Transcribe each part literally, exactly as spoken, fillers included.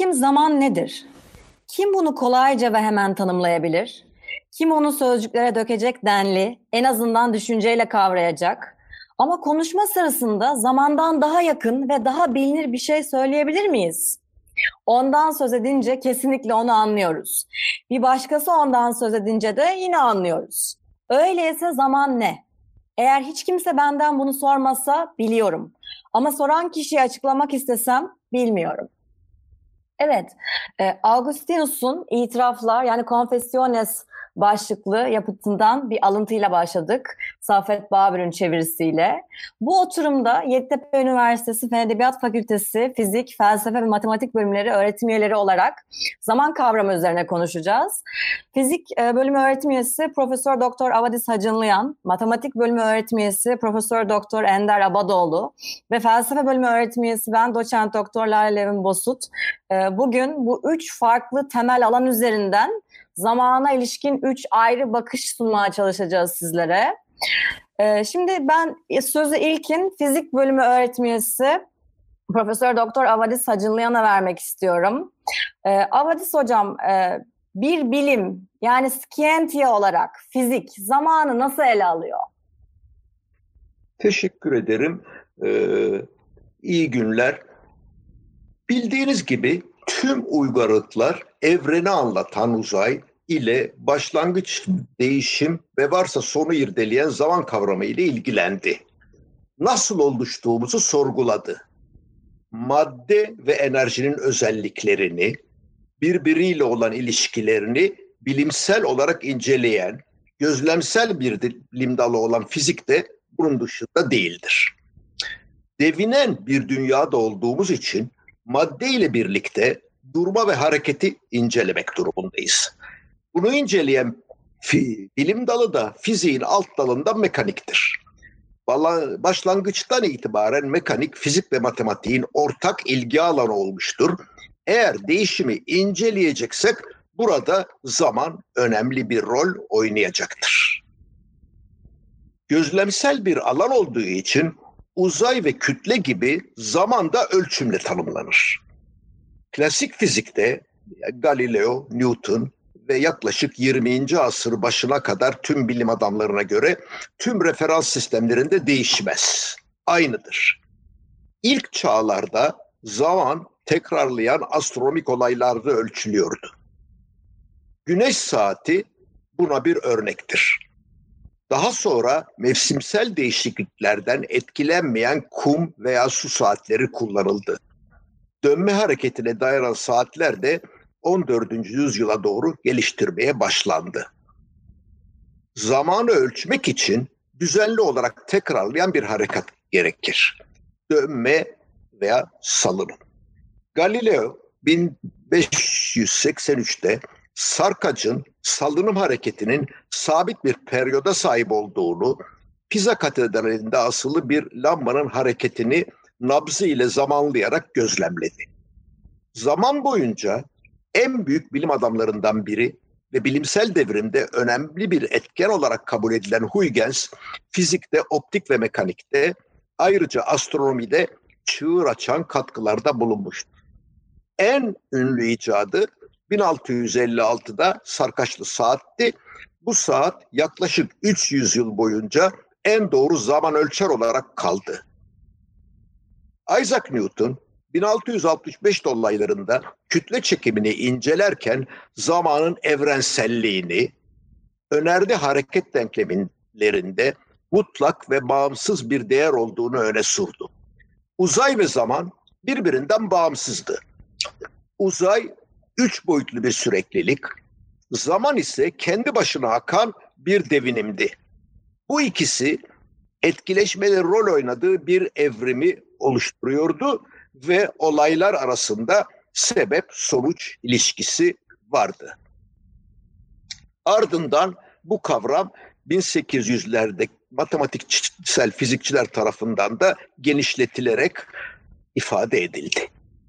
Bizim zaman nedir? Kim bunu kolayca ve hemen tanımlayabilir? Kim onu sözcüklere dökecek denli, en azından düşünceyle kavrayacak? Ama konuşma sırasında zamandan daha yakın ve daha bilinir bir şey söyleyebilir miyiz? Ondan söz edince kesinlikle onu anlıyoruz. Bir başkası ondan söz edince de yine anlıyoruz. Öyleyse zaman ne? Eğer hiç kimse benden bunu sormasa biliyorum. Ama soran kişiye açıklamak istesem bilmiyorum. Evet, e, Augustinus'un İtiraflar yani Confessiones başlıklı yapıtından bir alıntıyla başladık. Saffet Babür'ün çevirisiyle. Bu oturumda Yeditepe Üniversitesi Fen Edebiyat Fakültesi Fizik, Felsefe ve Matematik bölümleri öğretim üyeleri olarak zaman kavramı üzerine konuşacağız. Fizik e, bölümü öğretim üyesi Profesör Doktor Avadis Hacınlıyan, Matematik bölümü öğretim üyesi Profesör Doktor Ender Abadoğlu ve Felsefe bölümü öğretim üyesi ben Doçent Doktor Lale Levin Bosut. E, bugün bu üç farklı temel alan üzerinden zamana ilişkin üç ayrı bakış sunmaya çalışacağız sizlere. Ee, şimdi ben sözü ilkin fizik bölümü öğretim üyesi Profesör Doktor Avadis Hacınlıyan'a vermek istiyorum. Ee, Avadis hocam, e, bir bilim yani scientia olarak fizik zamanı nasıl ele alıyor? Teşekkür ederim. Ee, iyi günler. Bildiğiniz gibi tüm uygarlıklar evreni anlatan uzay ile başlangıç, değişim ve varsa sonu irdeleyen zaman kavramı ile ilgilendi. Nasıl oluştuğumuzu sorguladı. Madde ve enerjinin özelliklerini, birbiriyle olan ilişkilerini bilimsel olarak inceleyen, gözlemsel bir bilim dalı olan fizik de bunun dışında değildir. Devinen bir dünyada olduğumuz için madde ile birlikte durma ve hareketi incelemek durumundayız. Bunu inceleyen fi, bilim dalı da fiziğin alt dalından mekaniktir. Başlangıçtan itibaren mekanik, fizik ve matematiğin ortak ilgi alanı olmuştur. Eğer değişimi inceleyeceksek burada zaman önemli bir rol oynayacaktır. Gözlemsel bir alan olduğu için uzay ve kütle gibi zaman da ölçümle tanımlanır. Klasik fizikte Galileo, Newton ve yaklaşık yirminci asır başına kadar tüm bilim adamlarına göre tüm referans sistemlerinde değişmez. Aynıdır. İlk çağlarda zaman tekrarlayan astronomik olaylarda ölçülüyordu. Güneş saati buna bir örnektir. Daha sonra mevsimsel değişikliklerden etkilenmeyen kum veya su saatleri kullanıldı. Dönme hareketine dayanan saatler de on dördüncü yüzyıla doğru geliştirmeye başlandı. Zamanı ölçmek için düzenli olarak tekrarlayan bir hareket gerekir. Dönme veya salınım. Galileo bin beş yüz seksen üçte sarkacın salınım hareketinin sabit bir periyoda sahip olduğunu, Pisa Katedrali'nde asılı bir lambanın hareketini nabzı ile zamanlayarak gözlemledi. Zaman boyunca en büyük bilim adamlarından biri ve bilimsel devrimde önemli bir etken olarak kabul edilen Huygens, fizikte, optik ve mekanikte, ayrıca astronomide çığır açan katkılarda bulunmuştur. En ünlü icadı bin altı yüz elli altıda sarkaçlı saatti. Bu saat yaklaşık üç yüz yıl boyunca en doğru zaman ölçer olarak kaldı. Isaac Newton bin altı yüz altmış beş dolaylarında kütle çekimini incelerken zamanın evrenselliğini, önerdi hareket denklemlerinde mutlak ve bağımsız bir değer olduğunu öne sürdü. Uzay ve zaman birbirinden bağımsızdı. Uzay üç boyutlu bir süreklilik, zaman ise kendi başına akan bir devinimdi. Bu ikisi etkileşmeli rol oynadığı bir evrimi oluşturuyordu ve olaylar arasında sebep-sonuç ilişkisi vardı. Ardından bu kavram bin sekiz yüzlerde matematiksel fizikçiler tarafından da genişletilerek ifade edildi.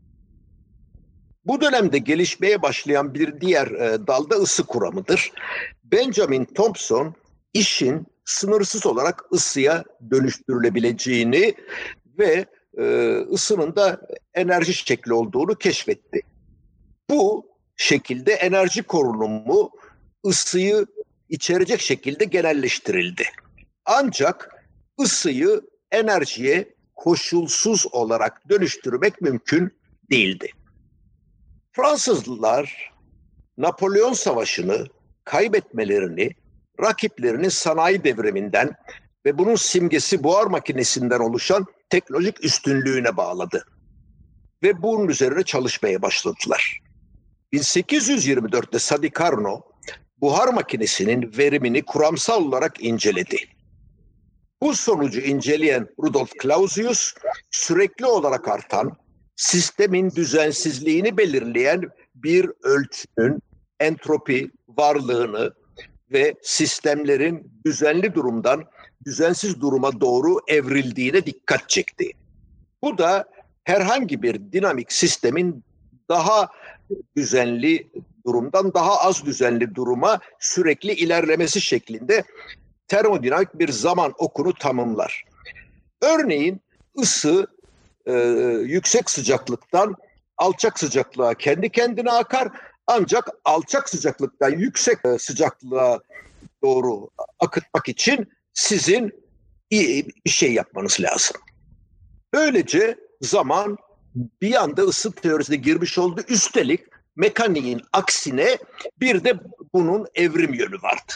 Bu dönemde gelişmeye başlayan bir diğer e, dalda ısı kuramıdır. Benjamin Thompson işin sınırsız olarak ısıya dönüştürülebileceğini ve e, ısının da enerji şekli olduğunu keşfetti. Bu şekilde enerji korunumu ısıyı içerecek şekilde genelleştirildi. Ancak ısıyı enerjiye koşulsuz olarak dönüştürmek mümkün değildi. Fransızlılar Napolyon Savaşı'nı kaybetmelerini rakiplerinin sanayi devriminden ve bunun simgesi buhar makinesinden oluşan teknolojik üstünlüğüne bağladı. Ve bunun üzerine çalışmaya başladılar. bin sekiz yüz yirmi dörtte Sadi Carnot buhar makinesinin verimini kuramsal olarak inceledi. Bu sonucu inceleyen Rudolf Clausius sürekli olarak artan, sistemin düzensizliğini belirleyen bir ölçünün entropi varlığını ve sistemlerin düzenli durumdan düzensiz duruma doğru evrildiğine dikkat çekti. Bu da herhangi bir dinamik sistemin daha düzenli durumdan daha az düzenli duruma sürekli ilerlemesi şeklinde termodinamik bir zaman okunu tanımlar. Örneğin ısı e, yüksek sıcaklıktan alçak sıcaklığa kendi kendine akar, ancak alçak sıcaklıktan yüksek sıcaklığa doğru akıtmak için sizin iyi bir şey yapmanız lazım. Böylece zaman bir anda ısı teorisine girmiş oldu. Üstelik mekaniğin aksine bir de bunun evrim yönü vardı.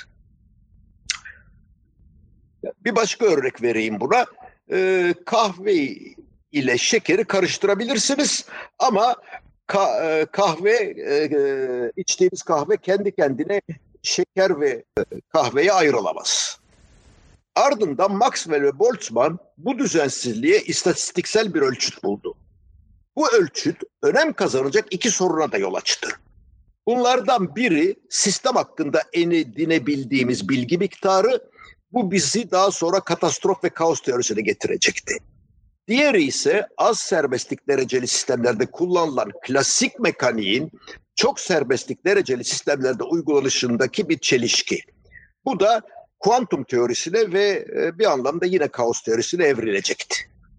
Bir başka örnek vereyim buna. Ee, kahve ile şekeri karıştırabilirsiniz ama ka- kahve e, içtiğiniz kahve kendi kendine şeker ve kahveye ayrılamaz. Ardından Maxwell ve Boltzmann bu düzensizliğe istatistiksel bir ölçüt buldu. Bu ölçüt önem kazanacak iki soruna da yol açtı. Bunlardan biri sistem hakkında en edinebildiğimiz bilgi miktarı. Bu bizi daha sonra katastrof ve kaos teorisine getirecekti. Diğeri ise az serbestlik dereceli sistemlerde kullanılan klasik mekaniğin çok serbestlik dereceli sistemlerde uygulanışındaki bir çelişki. Bu da kuantum teorisine ve bir anlamda yine kaos teorisine evrilecekti.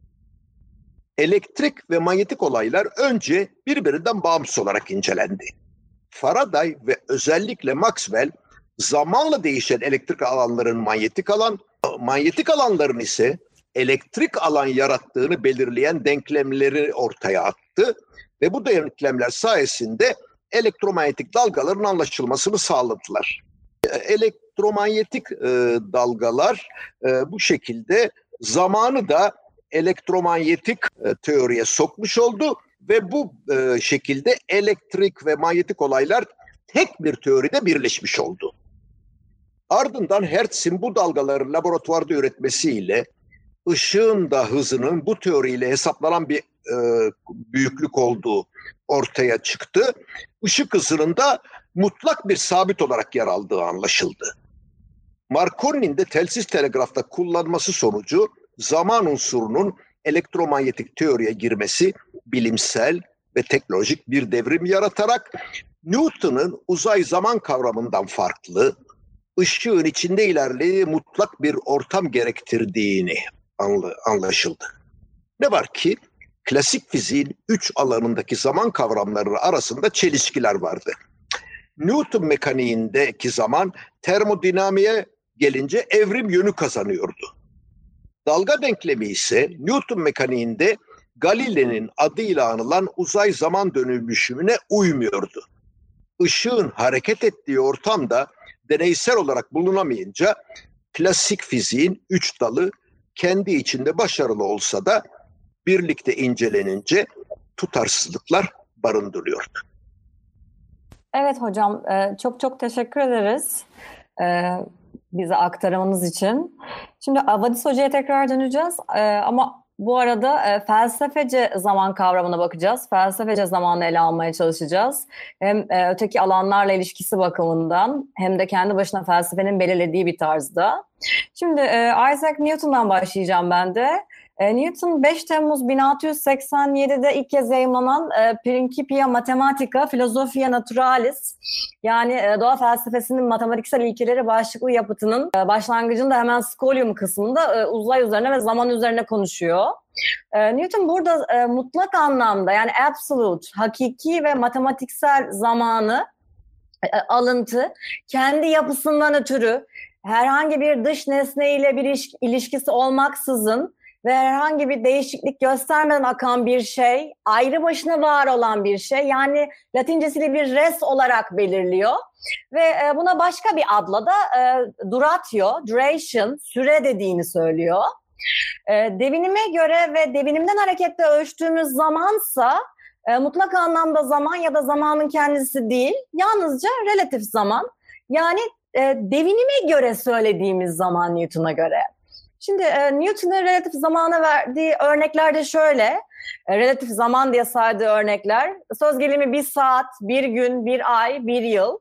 Elektrik ve manyetik olaylar önce birbirinden bağımsız olarak incelendi. Faraday ve özellikle Maxwell zamanla değişen elektrik alanların manyetik alan, manyetik alanların ise elektrik alan yarattığını belirleyen denklemleri ortaya attı ve bu denklemler sayesinde elektromanyetik dalgaların anlaşılmasını sağladılar. Elektromanyetik e, dalgalar e, bu şekilde zamanı da elektromanyetik e, teoriye sokmuş oldu ve bu e, şekilde elektrik ve manyetik olaylar tek bir teoride birleşmiş oldu. Ardından Hertz'in bu dalgaları laboratuvarda üretmesiyle ışığın da hızının bu teoriyle hesaplanan bir e, büyüklük olduğu ortaya çıktı. Işık hızının da mutlak bir sabit olarak yer aldığı anlaşıldı. Marconi'nin de telsiz telegrafta kullanması sonucu zaman unsurunun elektromanyetik teoriye girmesi bilimsel ve teknolojik bir devrim yaratarak Newton'un uzay zaman kavramından farklı, ışığın içinde ilerlediği mutlak bir ortam gerektirdiğini anlaşıldı. Ne var ki klasik fiziğin üç alanındaki zaman kavramları arasında çelişkiler vardı. Newton mekaniğindeki zaman termodinamiğe gelince evrim yönü kazanıyordu. Dalga denklemi ise Newton mekaniğinde Galile'nin adıyla anılan uzay zaman dönüşümüne uymuyordu. Işığın hareket ettiği ortamda deneysel olarak bulunamayınca klasik fiziğin üç dalı kendi içinde başarılı olsa da birlikte incelenince tutarsızlıklar barındırıyordu. Evet hocam, çok çok teşekkür ederiz bize aktarmanız için. Şimdi Avadis Hoca'ya tekrar döneceğiz ama bu arada felsefece zaman kavramına bakacağız. Felsefece zamanı ele almaya çalışacağız. Hem öteki alanlarla ilişkisi bakımından hem de kendi başına felsefenin belirlediği bir tarzda. Şimdi Isaac Newton'dan başlayacağım ben de. Newton beş Temmuz bin altı yüz seksen yedide ilk kez yayımlanan Principia Mathematica Philosophiae Naturalis, yani doğa felsefesinin matematiksel ilkeleri başlıklı yapıtının başlangıcında hemen Scholium kısmında uzay üzerine ve zaman üzerine konuşuyor. E, Newton burada e, mutlak anlamda, yani absolute, hakiki ve matematiksel zamanı e, alıntı, kendi yapısından ötürü herhangi bir dış nesneyle bir iliş- ilişkisi olmaksızın ve herhangi bir değişiklik göstermeden akan bir şey, ayrı başına var olan bir şey, yani Latincesiyle bir res olarak belirliyor. Ve e, buna başka bir adla da e, duratio, duration, süre dediğini söylüyor. E, devinime göre ve devinimden hareketle ölçtüğümüz zamansa e, mutlak anlamda zaman ya da zamanın kendisi değil, yalnızca relatif zaman. Yani e, devinime göre söylediğimiz zaman Newton'a göre. Şimdi e, Newton'un relatif zamana verdiği örnekler de şöyle. E, relatif zaman diye saydığı örnekler. Söz gelimi bir saat, bir gün, bir ay, bir yıl.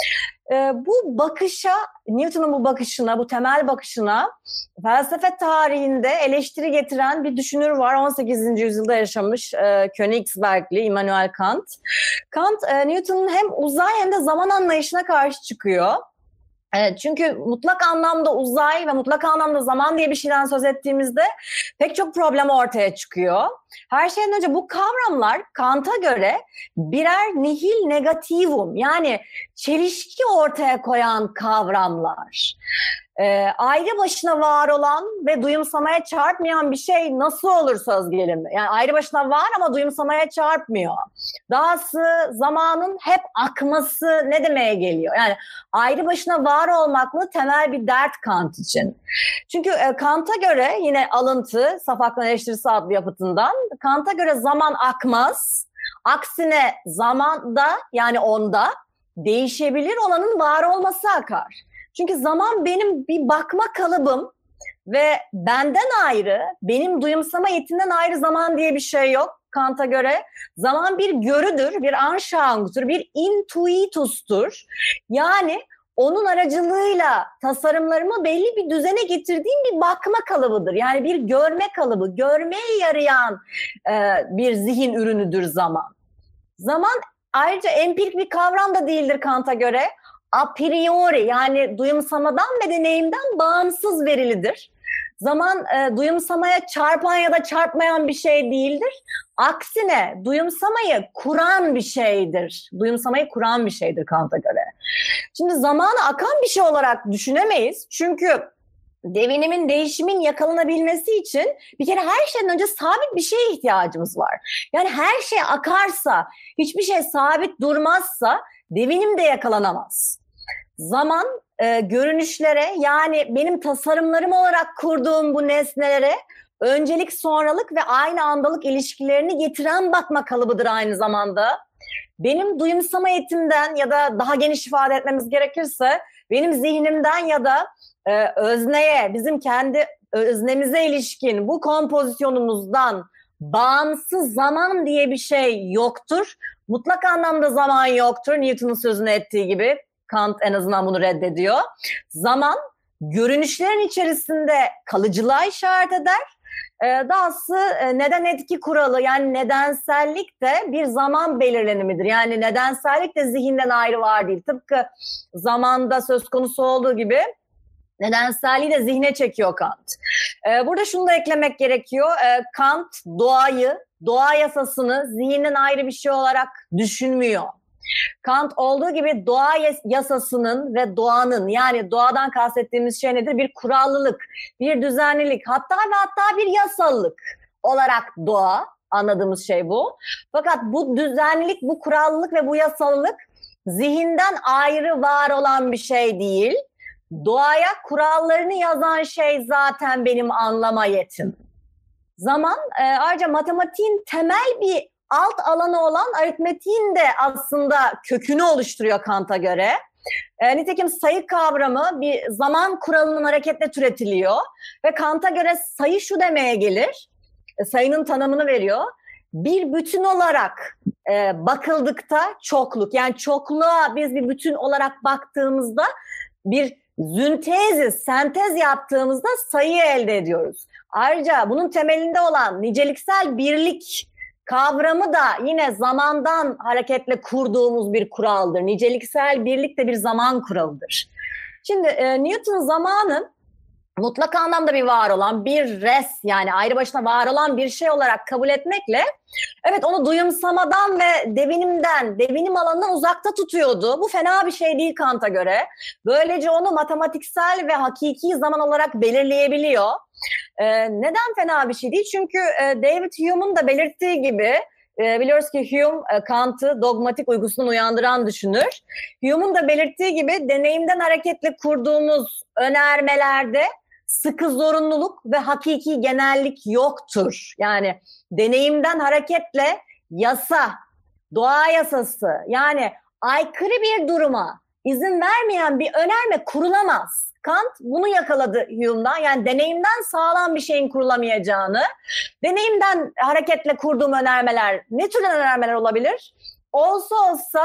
E, bu bakışa, Newton'un bu bakışına, bu temel bakışına felsefe tarihinde eleştiri getiren bir düşünür var. on sekizinci yüzyılda yaşamış e, Königsbergli Immanuel Kant. Kant, e, Newton'un hem uzay hem de zaman anlayışına karşı çıkıyor. Evet, çünkü mutlak anlamda uzay ve mutlak anlamda zaman diye bir şeyden söz ettiğimizde pek çok problem ortaya çıkıyor. Her şeyden önce bu kavramlar Kant'a göre birer nihil negativum, yani çelişki ortaya koyan kavramlar. Ee, ayrı başına var olan ve duyumsamaya çarpmayan bir şey nasıl olur söz gelimi? Yani ayrı başına var ama duyumsamaya çarpmıyor. Dahası zamanın hep akması ne demeye geliyor? Yani ayrı başına var olmak mı temel bir dert Kant için. Çünkü e, Kant'a göre, yine alıntı Safak'ın Eleştirisi adlı yapıtından, Kant'a göre zaman akmaz. Aksine zamanda, yani onda değişebilir olanın var olması akar. Çünkü zaman benim bir bakma kalıbım ve benden ayrı, benim duyumsama yetimden ayrı zaman diye bir şey yok Kant'a göre. Zaman bir görüdür, bir Anschauung'tur, bir intuitustur. Yani onun aracılığıyla tasarımlarımı belli bir düzene getirdiğim bir bakma kalıbıdır. Yani bir görme kalıbı, görmeye yarayan e, bir zihin ürünüdür zaman. Zaman ayrıca empirik bir kavram da değildir Kant'a göre. A priori, yani duyumsamadan ve deneyimden bağımsız verilidir. Zaman e, duyumsamaya çarpan ya da çarpmayan bir şey değildir. Aksine duyumsamayı kuran bir şeydir. Duyumsamayı kuran bir şeydir Kant'a göre. Şimdi zamanı akan bir şey olarak düşünemeyiz. Çünkü devinimin, değişimin yakalanabilmesi için bir kere her şeyden önce sabit bir şeye ihtiyacımız var. Yani her şey akarsa, hiçbir şey sabit durmazsa devinim de yakalanamaz. Zaman e, görünüşlere, yani benim tasarımlarım olarak kurduğum bu nesnelere öncelik sonralık ve aynı andalık ilişkilerini getiren bakma kalıbıdır aynı zamanda. Benim duyumsama yetimden ya da daha geniş ifade etmemiz gerekirse benim zihnimden ya da e, özneye, bizim kendi öznemize ilişkin bu kompozisyonumuzdan bağımsız zaman diye bir şey yoktur. Mutlak anlamda zaman yoktur. Newton'un sözünü ettiği gibi. Kant en azından bunu reddediyor. Zaman görünüşlerin içerisinde kalıcılığa işaret eder. Ee, dahası e, neden etki kuralı, yani nedensellik de bir zaman belirlenimidir. Yani nedensellik de zihinden ayrı var değil. Tıpkı zamanda söz konusu olduğu gibi nedenselliği de zihne çekiyor Kant. Ee, burada şunu da eklemek gerekiyor. Ee, Kant doğayı, doğa yasasını zihinden ayrı bir şey olarak düşünmüyor. Kant olduğu gibi doğa yasasının ve doğanın, yani doğadan kastettiğimiz şey nedir? Bir kurallılık, bir düzenlilik, hatta ve hatta bir yasallık olarak doğa, anladığımız şey bu. Fakat bu düzenlilik, bu kurallılık ve bu yasallık zihinden ayrı var olan bir şey değil. Doğaya kurallarını yazan şey zaten benim anlama yetim. Zaman e, ayrıca matematiğin temel bir alt alanı olan aritmetiğin de aslında kökünü oluşturuyor Kant'a göre. E, nitekim sayı kavramı bir zaman kuralının hareketle türetiliyor ve Kant'a göre sayı şu demeye gelir, e, sayının tanımını veriyor. Bir bütün olarak e, bakıldıkta çokluk, yani çokluğa biz bir bütün olarak baktığımızda bir züntezi, sentez yaptığımızda sayı elde ediyoruz. Ayrıca bunun temelinde olan niceliksel birlik kavramı da yine zamandan hareketle kurduğumuz bir kuraldır. Niceliksel birlik de bir zaman kuralıdır. Şimdi e, Newton zamanın mutlak anlamda bir var olan bir res, yani ayrı başına var olan bir şey olarak kabul etmekle, evet, onu duyumsamadan ve devinimden, devinim alanından uzakta tutuyordu. Bu fena bir şey değil Kant'a göre. Böylece onu matematiksel ve hakiki zaman olarak belirleyebiliyor. Ee, neden fena bir şey değil? Çünkü e, David Hume'un da belirttiği gibi, e, biliyoruz ki Hume e, Kant'ı dogmatik uygusundan uyandıran düşünür. Hume'un da belirttiği gibi deneyimden hareketle kurduğumuz önermelerde sıkı zorunluluk ve hakiki genellik yoktur. Yani deneyimden hareketle yasa, doğa yasası, yani aykırı bir duruma izin vermeyen bir önerme kurulamaz. Kant bunu yakaladı Hume'dan. Yani deneyimden sağlam bir şeyin kurulamayacağını, deneyimden hareketle kurduğum önermeler ne tür önermeler olabilir? Olsa olsa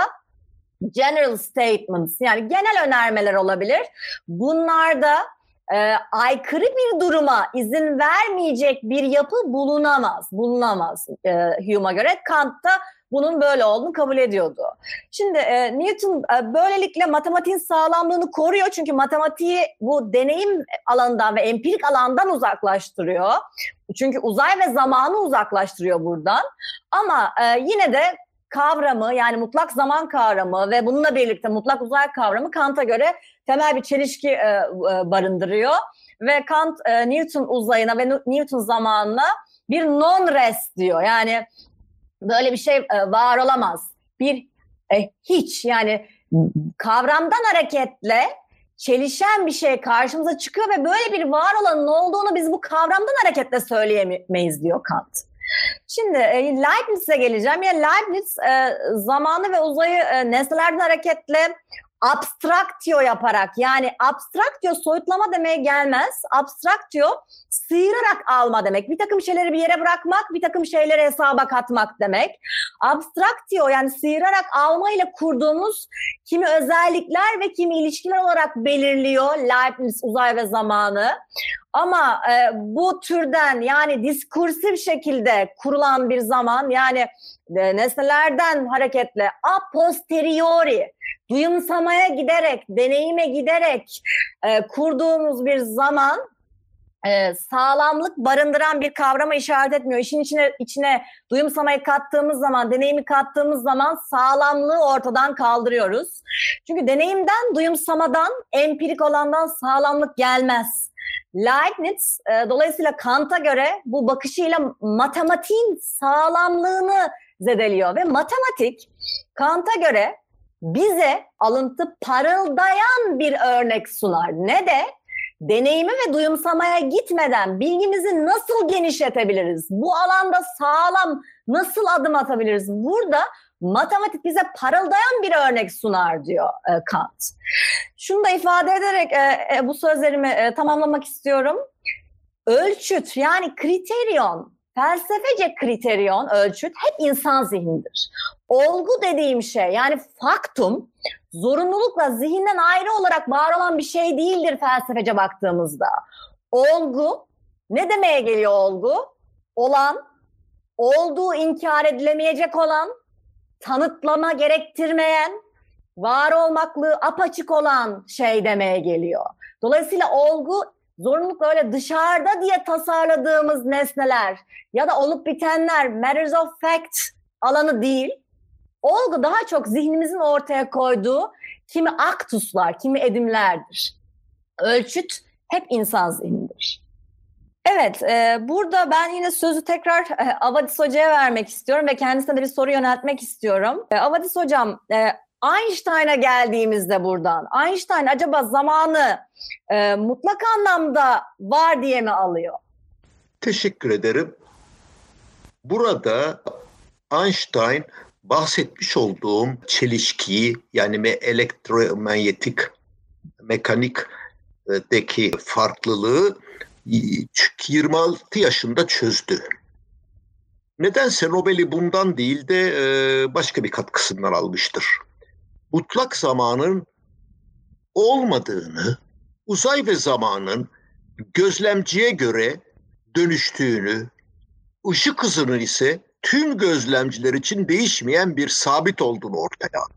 general statements, yani genel önermeler olabilir. Bunlarda e, aykırı bir duruma izin vermeyecek bir yapı bulunamaz. Bulunamaz e, Hume'a göre. Kant da bunun böyle olduğunu kabul ediyordu. Şimdi e, Newton e, böylelikle matematiğin sağlamlığını koruyor. Çünkü matematiği bu deneyim alanından ve empirik alandan uzaklaştırıyor. Çünkü uzay ve zamanı uzaklaştırıyor buradan. Ama e, yine de kavramı, yani mutlak zaman kavramı ve bununla birlikte mutlak uzay kavramı Kant'a göre temel bir çelişki e, e, barındırıyor. Ve Kant e, Newton uzayına ve Newton zamanına bir non-res diyor. Yani böyle bir şey e, var olamaz. Bir e, hiç, yani kavramdan hareketle çelişen bir şey karşımıza çıkıyor ve böyle bir var olanın olduğunu biz bu kavramdan hareketle söyleyemeyiz diyor Kant. Şimdi e, Leibniz'e geleceğim. Yani Leibniz e, zamanı ve uzayı e, nesnelerden hareketle abstraktio yaparak, yani abstraktio soyutlama demeye gelmez. Abstraktio sıyırarak alma demek. Bir takım şeyleri bir yere bırakmak, bir takım şeyleri hesaba katmak demek. Abstraktio, yani sıyırarak alma ile kurduğumuz kimi özellikler ve kimi ilişkiler olarak belirliyor Leibniz uzay ve zamanı. Ama e, bu türden, yani diskursif şekilde kurulan bir zaman, yani e, nesnelerden hareketle a posteriori, duyumsamaya giderek, deneyime giderek e, kurduğumuz bir zaman e, sağlamlık barındıran bir kavrama işaret etmiyor. İşin içine, içine duyumsamayı kattığımız zaman, deneyimi kattığımız zaman sağlamlığı ortadan kaldırıyoruz. Çünkü deneyimden, duyumsamadan, empirik olandan sağlamlık gelmez. Leibniz e, dolayısıyla Kant'a göre bu bakışıyla matematiğin sağlamlığını zedeliyor ve matematik Kant'a göre bize alıntı parıldayan bir örnek sunar. Ne de deneyimi ve duyumsamaya gitmeden bilgimizi nasıl genişletebiliriz? Bu alanda sağlam nasıl adım atabiliriz? Burada matematik bize parıldayan bir örnek sunar diyor e, Kant. Şunu da ifade ederek e, e, bu sözlerimi e, tamamlamak istiyorum. Ölçüt, yani kriterion, felsefece kriterion, ölçüt hep insan zihnidir. Olgu dediğim şey, yani faktum, zorunlulukla zihinden ayrı olarak var olan bir şey değildir felsefece baktığımızda. Olgu, ne demeye geliyor olgu? Olan, olduğu inkar edilemeyecek olan, tanıtlama gerektirmeyen, var olmaklığı apaçık olan şey demeye geliyor. Dolayısıyla olgu zorunlulukla öyle dışarıda diye tasarladığımız nesneler ya da olup bitenler, matters of fact alanı değil. Olgu daha çok zihnimizin ortaya koyduğu kimi aktuslar, kimi edimlerdir. Ölçüt hep insan zihnidir. Evet, e, burada ben yine sözü tekrar e, Avadis Hoca'ya vermek istiyorum ve kendisine de bir soru yöneltmek istiyorum. E, Avadis Hocam, e, Einstein'a geldiğimizde buradan, Einstein acaba zamanı e, mutlak anlamda var diye mi alıyor? Teşekkür ederim. Burada Einstein bahsetmiş olduğum çelişkiyi, yani elektromanyetik mekanikteki farklılığı yirmi altı yaşında çözdü. Nedense Nobel'i bundan değil de başka bir katkısından almıştır. Mutlak zamanın olmadığını, uzay ve zamanın gözlemciye göre dönüştüğünü, ışık hızının ise tüm gözlemciler için değişmeyen bir sabit olduğunu ortaya attı.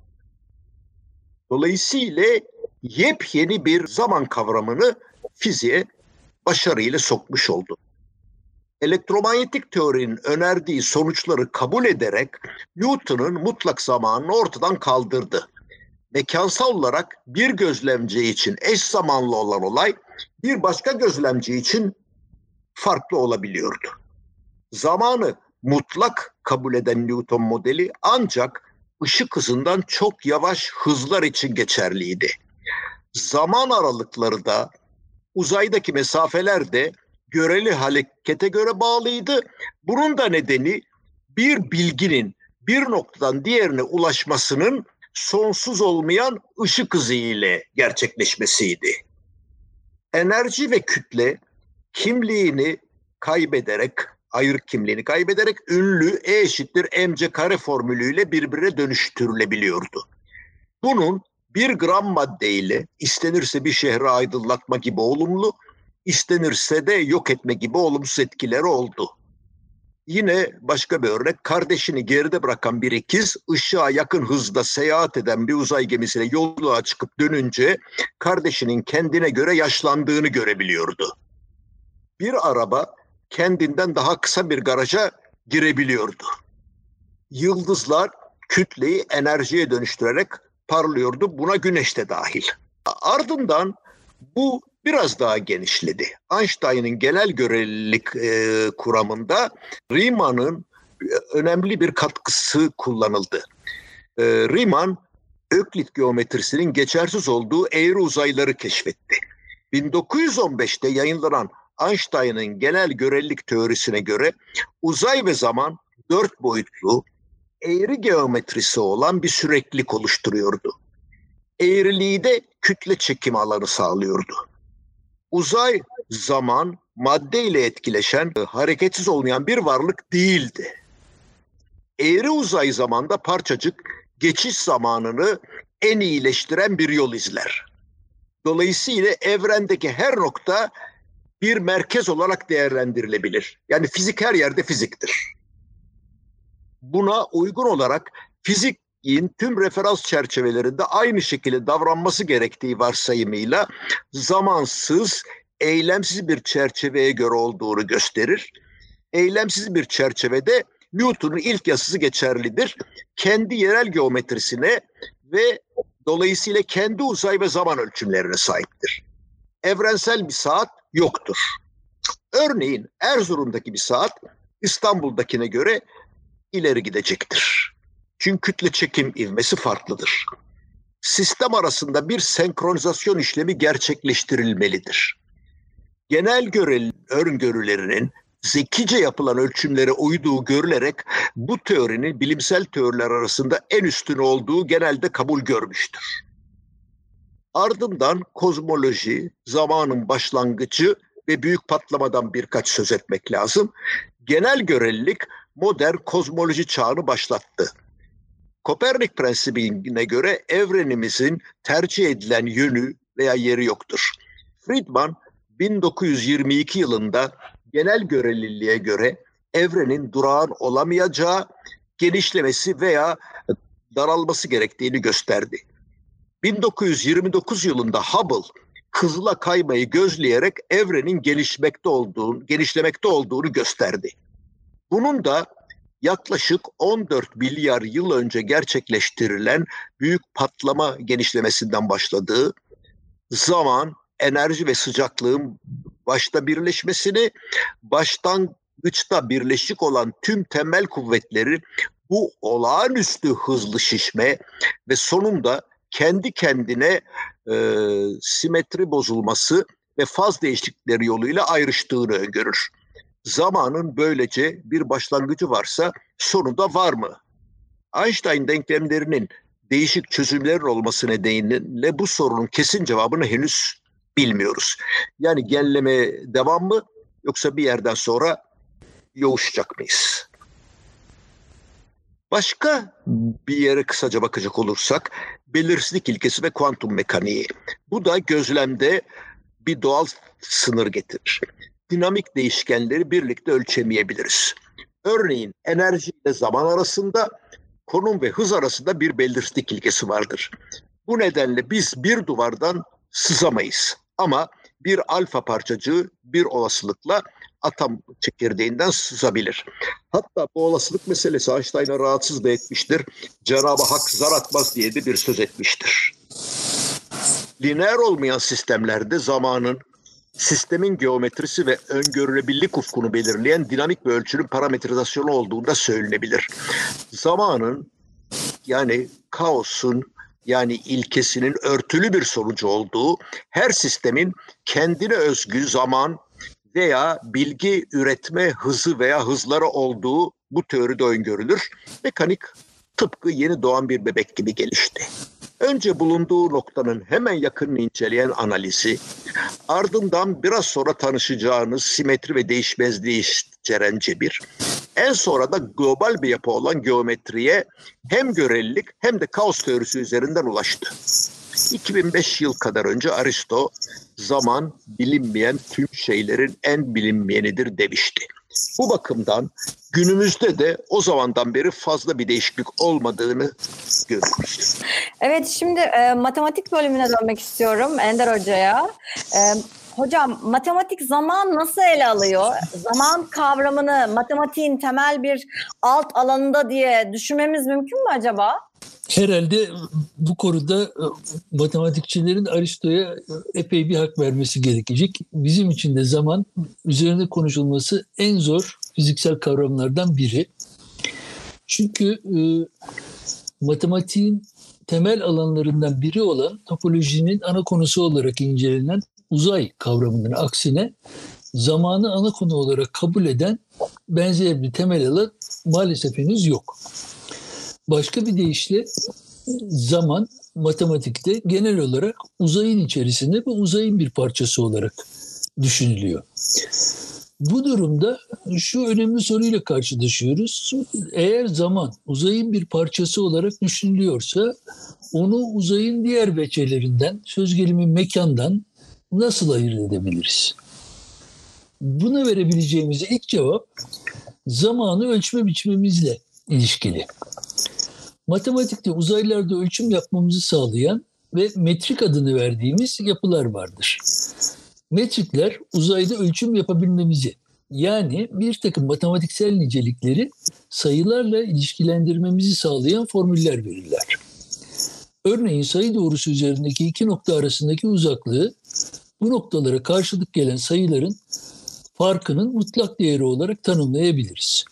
Dolayısıyla yepyeni bir zaman kavramını fiziğe başarıyla sokmuş oldu. Elektromanyetik teorinin önerdiği sonuçları kabul ederek Newton'un mutlak zamanını ortadan kaldırdı. Mekansal olarak bir gözlemci için eş zamanlı olan olay bir başka gözlemci için farklı olabiliyordu. Zamanı mutlak kabul eden Newton modeli ancak ışık hızından çok yavaş hızlar için geçerliydi. Zaman aralıkları da uzaydaki mesafeler de göreli harekete göre bağlıydı. Bunun da nedeni bir bilginin bir noktadan diğerine ulaşmasının sonsuz olmayan ışık hızı ile gerçekleşmesiydi. Enerji ve kütle kimliğini kaybederek, ayrık kimliğini kaybederek ünlü E eşittir mc kare formülüyle birbirine dönüştürülebiliyordu. Bunun bir gram maddeyle istenirse bir şehri aydınlatma gibi olumlu, istenirse de yok etme gibi olumsuz etkileri oldu. Yine başka bir örnek, kardeşini geride bırakan bir ikiz ışığa yakın hızda seyahat eden bir uzay gemisiyle yolculuğa çıkıp dönünce kardeşinin kendine göre yaşlandığını görebiliyordu. Bir araba kendinden daha kısa bir garaja girebiliyordu. Yıldızlar kütleyi enerjiye dönüştürerek parlıyordu. Buna güneş de dahil. Ardından bu biraz daha genişledi. Einstein'ın genel görelilik e, kuramında Riemann'ın önemli bir katkısı kullanıldı. E, Riemann, Öklit geometrisinin geçersiz olduğu eğri uzayları keşfetti. bin dokuz yüz on beşte yayınlanan Einstein'ın genel görelilik teorisine göre uzay ve zaman dört boyutlu eğri geometrisi olan bir süreklilik oluşturuyordu. Eğriliği de kütle çekimi alanı sağlıyordu. Uzay, zaman, madde ile etkileşen, hareketsiz olmayan bir varlık değildi. Eğri uzay zamanda parçacık geçiş zamanını en iyileştiren bir yol izler. Dolayısıyla evrendeki her nokta bir merkez olarak değerlendirilebilir. Yani fizik her yerde fiziktir. Buna uygun olarak fizikin tüm referans çerçevelerinde aynı şekilde davranması gerektiği varsayımıyla zamansız, eylemsiz bir çerçeveye göre olduğunu gösterir. Eylemsiz bir çerçevede Newton'un ilk yasası geçerlidir. Kendi yerel geometrisine ve dolayısıyla kendi uzay ve zaman ölçümlerine sahiptir. Evrensel bir saat yoktur. Örneğin Erzurum'daki bir saat İstanbul'dakine göre ileri gidecektir. Çünkü kütle çekim ivmesi farklıdır. Sistem arasında bir senkronizasyon işlemi gerçekleştirilmelidir. Genel görel öngörülerinin zekice yapılan ölçümlere uyduğu görülerek bu teorinin bilimsel teoriler arasında en üstün olduğu genelde kabul görmüştür. Ardından kozmoloji, zamanın başlangıcı ve büyük patlamadan birkaç söz etmek lazım. Genel görelilik modern kozmoloji çağını başlattı. Kopernik prensibine göre evrenimizin tercih edilen yönü veya yeri yoktur. Friedman bin dokuz yüz yirmi iki yılında genel göreliliğe göre evrenin durağan olamayacağı, genişlemesi veya daralması gerektiğini gösterdi. bin dokuz yüz yirmi dokuz yılında Hubble hızla kaymayı gözleyerek evrenin gelişmekte olduğunu, genişlemekte olduğunu gösterdi. Bunun da yaklaşık on dört milyar yıl önce gerçekleştirilen büyük patlama genişlemesinden başladığı, zaman, enerji ve sıcaklığın başta birleşmesini, başlangıçta birleşik olan tüm temel kuvvetleri bu olağanüstü hızlı şişme ve sonunda kendi kendine e, simetri bozulması ve faz değişiklikleri yoluyla ayrıştığını öngörür. Zamanın böylece bir başlangıcı varsa sonunda var mı? Einstein denklemlerinin değişik çözümlerin olması nedeniyle bu sorunun kesin cevabını henüz bilmiyoruz. Yani genleme devam mı yoksa bir yerden sonra yoğuşacak mıyız? Başka bir yere kısaca bakacak olursak belirsizlik ilkesi ve kuantum mekaniği. Bu da gözlemde bir doğal sınır getirir. Dinamik değişkenleri birlikte ölçemeyebiliriz. Örneğin enerji ile zaman arasında, konum ve hız arasında bir belirsizlik ilkesi vardır. Bu nedenle biz bir duvardan sızamayız. Ama bir alfa parçacığı bir olasılıkla atom çekirdeğinden sızabilir. Hatta bu olasılık meselesi Einstein'ı rahatsız da etmiştir. Cenab-ı Hak zar atmaz diye de bir söz etmiştir. Lineer olmayan sistemlerde zamanın, sistemin geometrisi ve öngörülebilirlik ufkunu belirleyen dinamik bir ölçünün parametrizasyonu olduğunda söylenebilir. Zamanın, yani kaosun, yani ilkesinin örtülü bir sonucu olduğu, her sistemin kendine özgü zaman veya bilgi üretme hızı veya hızları olduğu bu teoride öngörülür. Mekanik tıpkı yeni doğan bir bebek gibi gelişti. Önce bulunduğu noktanın hemen yakınını inceleyen analizi, ardından biraz sonra tanışacağınız simetri ve değişmezliği içeren cebir, en sonra da global bir yapı olan geometriye hem görelilik hem de kaos teorisi üzerinden ulaştı. iki bin beş yıl kadar önce Aristo, zaman bilinmeyen tüm şeylerin en bilinmeyenidir demişti. Bu bakımdan günümüzde de o zamandan beri fazla bir değişiklik olmadığını görüyoruz. Evet, şimdi e, matematik bölümüne dönmek istiyorum Ender Hoca'ya. E, hocam, matematik zaman nasıl ele alıyor? Zaman kavramını matematiğin temel bir alt alanında diye düşünmemiz mümkün mü acaba? Herhalde bu konuda e, matematikçilerin Aristo'ya epey bir hak vermesi gerekecek. Bizim için de zaman üzerine konuşulması en zor fiziksel kavramlardan biri. Çünkü e, matematiğin temel alanlarından biri olan topolojinin ana konusu olarak incelenen uzay kavramının aksine zamanı ana konu olarak kabul eden benzer bir temel alan maalesef henüz yok. Başka bir deyişle zaman matematikte genel olarak uzayın içerisinde ve uzayın bir parçası olarak düşünülüyor. Bu durumda şu önemli soruyla karşılaşıyoruz. Eğer zaman uzayın bir parçası olarak düşünülüyorsa onu uzayın diğer veçelerinden, söz gelimi mekandan nasıl ayırt edebiliriz? Buna verebileceğimiz ilk cevap zamanı ölçme biçimimizle ilişkili. Matematikte uzaylarda ölçüm yapmamızı sağlayan ve metrik adını verdiğimiz yapılar vardır. Metrikler uzayda ölçüm yapabilmemizi, yani bir takım matematiksel nicelikleri sayılarla ilişkilendirmemizi sağlayan formüller verirler. Örneğin sayı doğrusu üzerindeki iki nokta arasındaki uzaklığı bu noktalara karşılık gelen sayıların farkının mutlak değeri olarak tanımlayabiliriz.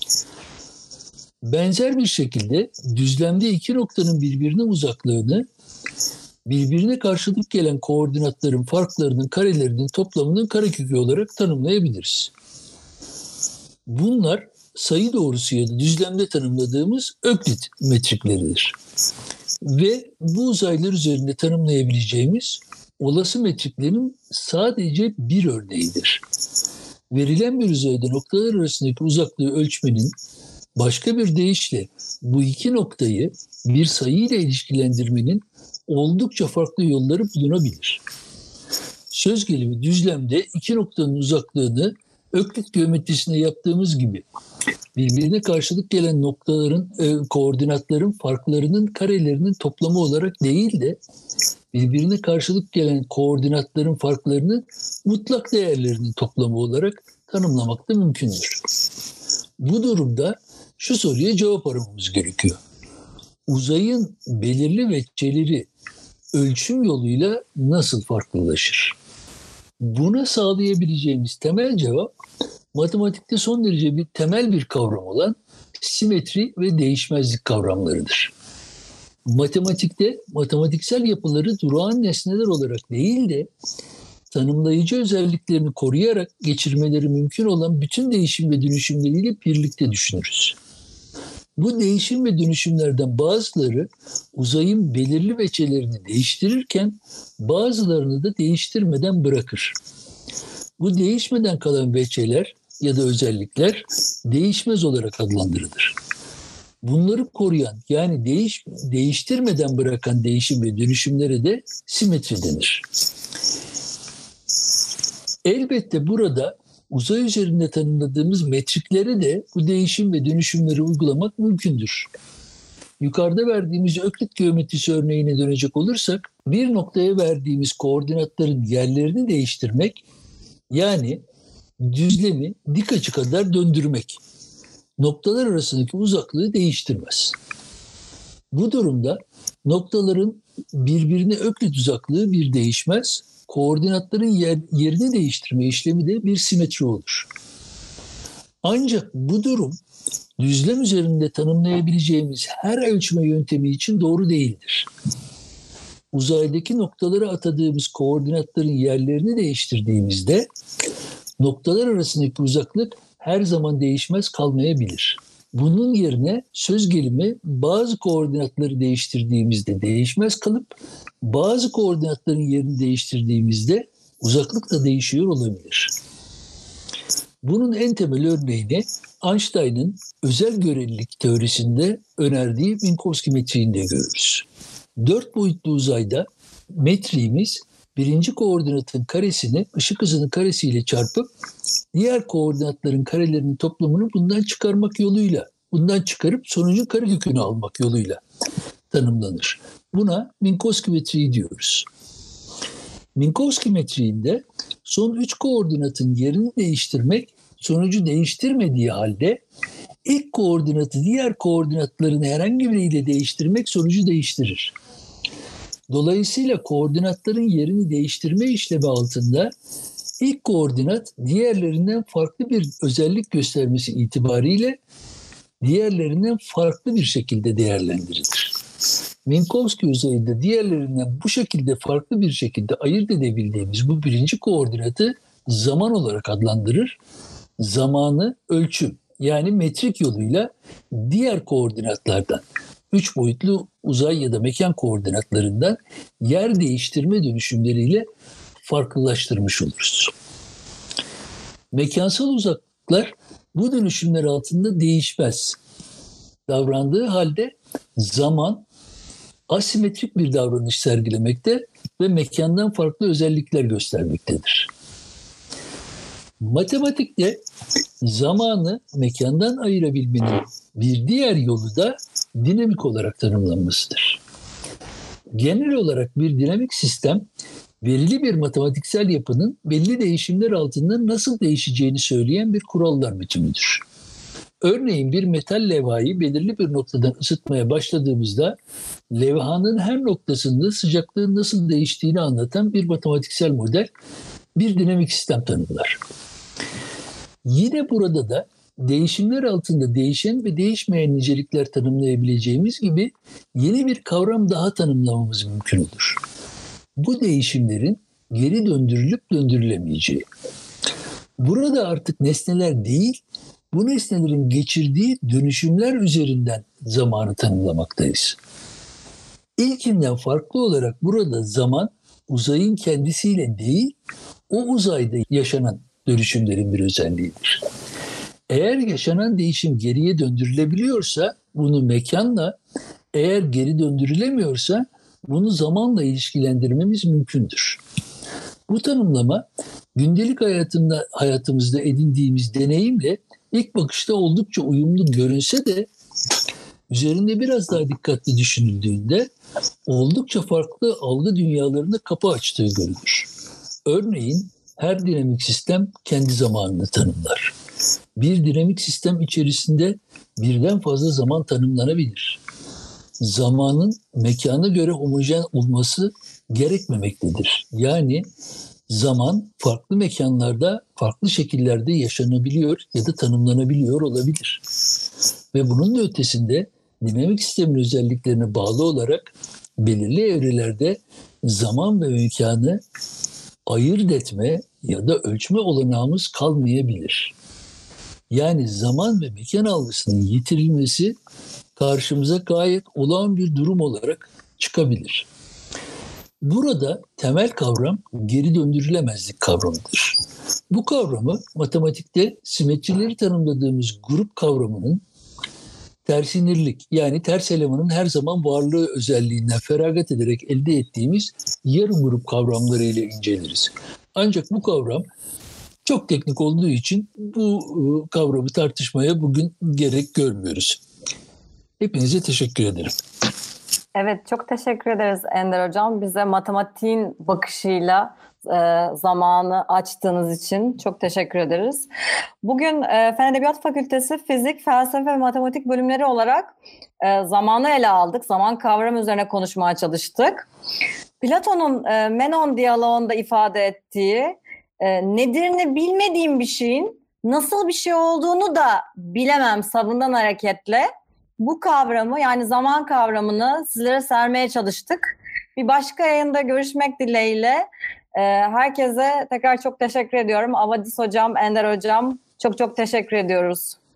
Benzer bir şekilde düzlemde iki noktanın birbirine uzaklığını birbirine karşılık gelen koordinatların farklarının karelerinin toplamının karekökü olarak tanımlayabiliriz. Bunlar sayı doğrusu ya da düzlemde tanımladığımız Öklit metrikleridir. Ve bu uzaylar üzerinde tanımlayabileceğimiz olası metriklerin sadece bir örneğidir. Verilen bir uzayda noktalar arasındaki uzaklığı ölçmenin başka bir deyişle bu iki noktayı bir sayı ile ilişkilendirmenin oldukça farklı yolları bulunabilir. Söz gelimi düzlemde iki noktanın uzaklığını Öklit geometrisinde yaptığımız gibi birbirine karşılık gelen noktaların, e, koordinatların farklarının karelerinin toplamı olarak değil de birbirine karşılık gelen koordinatların farklarının mutlak değerlerinin toplamı olarak tanımlamak da mümkündür. Bu durumda şu soruya cevap aramamız gerekiyor. Uzayın belirli veçeleri ölçüm yoluyla nasıl farklılaşır? Buna sağlayabileceğimiz temel cevap matematikte son derece bir temel bir kavram olan simetri ve değişmezlik kavramlarıdır. Matematikte matematiksel yapıları durağan nesneler olarak değil de tanımlayıcı özelliklerini koruyarak geçirmeleri mümkün olan bütün değişim ve dönüşümleriyle birlikte düşünürüz. Bu değişim ve dönüşümlerden bazıları uzayın belirli veçelerini değiştirirken bazılarını da değiştirmeden bırakır. Bu değişmeden kalan veçeler ya da özellikler değişmez olarak adlandırılır. Bunları koruyan, yani değiş, değiştirmeden bırakan değişim ve dönüşümlere de simetri denir. Elbette burada uzay üzerinde tanımladığımız metriklere de bu değişim ve dönüşümleri uygulamak mümkündür. yukarıda verdiğimiz Öklit geometrisi örneğine dönecek olursak, bir noktaya verdiğimiz koordinatların yerlerini değiştirmek, yani düzlemi dik açı kadar döndürmek, noktalar arasındaki uzaklığı değiştirmez. Bu durumda noktaların birbirine Öklit uzaklığı bir değişmez, koordinatların yer, yerini değiştirme işlemi de bir simetri olur. Ancak bu durum düzlem üzerinde tanımlayabileceğimiz her ölçme yöntemi için doğru değildir. Uzaydaki noktalara atadığımız koordinatların yerlerini değiştirdiğimizde noktalar arasındaki uzaklık her zaman değişmez kalmayabilir. Bunun yerine söz gelimi bazı koordinatları değiştirdiğimizde değişmez kalıp bazı koordinatların yerini değiştirdiğimizde uzaklık da değişiyor olabilir. Bunun en temel örneğini Einstein'ın özel görelilik teorisinde önerdiği Minkowski metriğinde görürüz. Dört boyutlu uzayda metriğimiz birinci koordinatın karesini ışık hızının karesiyle çarpıp diğer koordinatların karelerinin toplamını bundan çıkarmak yoluyla, bundan çıkarıp sonucun karekökünü almak yoluyla tanımlanır. Buna Minkowski metriği diyoruz. Minkowski metriğinde son üç koordinatın yerini değiştirmek sonucu değiştirmediği halde ilk koordinatı diğer koordinatların herhangi biriyle değiştirmek sonucu değiştirir. Dolayısıyla koordinatların yerini değiştirme işlemi altında ilk koordinat diğerlerinden farklı bir özellik göstermesi itibariyle diğerlerinden farklı bir şekilde değerlendirilir. Minkowski uzayında diğerlerinden bu şekilde farklı bir şekilde ayırt edebildiğimiz bu birinci koordinatı zaman olarak adlandırır. Zamanı ölçüm, yani metrik yoluyla diğer koordinatlardan, üç boyutlu uzay ya da mekan koordinatlarından yer değiştirme dönüşümleriyle farklılaştırmış oluruz. Mekansal uzaklıklar bu dönüşümler altında değişmez. Davrandığı halde zaman asimetrik bir davranış sergilemekte ve mekandan farklı özellikler göstermektedir. Matematikte zamanı mekandan ayırabilmenin bir diğer yolu da dinamik olarak tanımlanmasıdır. Genel olarak bir dinamik sistem, verili bir matematiksel yapının belli değişimler altında nasıl değişeceğini söyleyen bir kurallar biçimidir. Örneğin bir metal levhayı belirli bir noktadan ısıtmaya başladığımızda levhanın her noktasında sıcaklığın nasıl değiştiğini anlatan bir matematiksel model bir dinamik sistem tanımlar. Yine burada da değişimler altında değişen ve değişmeyen nicelikler tanımlayabileceğimiz gibi yeni bir kavram daha tanımlamamız mümkün olur. Bu değişimlerin geri döndürülüp döndürülemeyeceği. Burada artık nesneler değil, bu nesnelerin geçirdiği dönüşümler üzerinden zamanı tanımlamaktayız. İlkinden farklı olarak burada zaman uzayın kendisiyle değil, o uzayda yaşanan dönüşümlerin bir özelliğidir. Eğer yaşanan değişim geriye döndürülebiliyorsa bunu mekanla, eğer geri döndürülemiyorsa bunu zamanla ilişkilendirmemiz mümkündür. Bu tanımlama gündelik hayatında, hayatımızda edindiğimiz deneyimle ilk bakışta oldukça uyumlu görünse de üzerinde biraz daha dikkatli düşünüldüğünde oldukça farklı algı dünyalarına kapı açtığı görülür. Örneğin her dinamik sistem kendi zamanını tanımlar. Bir dinamik sistem içerisinde birden fazla zaman tanımlanabilir. Zamanın mekana göre homojen olması gerekmemektedir. Yani zaman farklı mekanlarda, farklı şekillerde yaşanabiliyor ya da tanımlanabiliyor olabilir. Ve bunun da ötesinde dinamik sistemin özelliklerine bağlı olarak belirli evrelerde zaman ve mekanı ayırt etme ya da ölçme olanağımız kalmayabilir. Yani zaman ve mekan algısının yitirilmesi karşımıza gayet olağan bir durum olarak çıkabilir. Burada temel kavram geri döndürülemezlik kavramıdır. Bu kavramı matematikte simetrileri tanımladığımız grup kavramının tersinirlik, yani ters elemanın her zaman varlığı özelliğinden feragat ederek elde ettiğimiz yarım grup kavramları ile inceleriz. Ancak bu kavram çok teknik olduğu için bu kavramı tartışmaya bugün gerek görmüyoruz. Hepinize teşekkür ederim. Evet, çok teşekkür ederiz Ender Hocam. Bize matematiğin bakışıyla e, zamanı açtığınız için çok teşekkür ederiz. Bugün e, Fen Edebiyat Fakültesi Fizik, Felsefe ve Matematik bölümleri olarak e, zamanı ele aldık. Zaman kavramı üzerine konuşmaya çalıştık. Platon'un e, Menon diyaloğunda ifade ettiği e, nedirini bilmediğim bir şeyin nasıl bir şey olduğunu da bilemem savından hareketle bu kavramı, yani zaman kavramını sizlere sermeye çalıştık. Bir başka yayında görüşmek dileğiyle e, herkese tekrar çok teşekkür ediyorum. Avadis Hocam, Ender Hocam, çok çok teşekkür ediyoruz.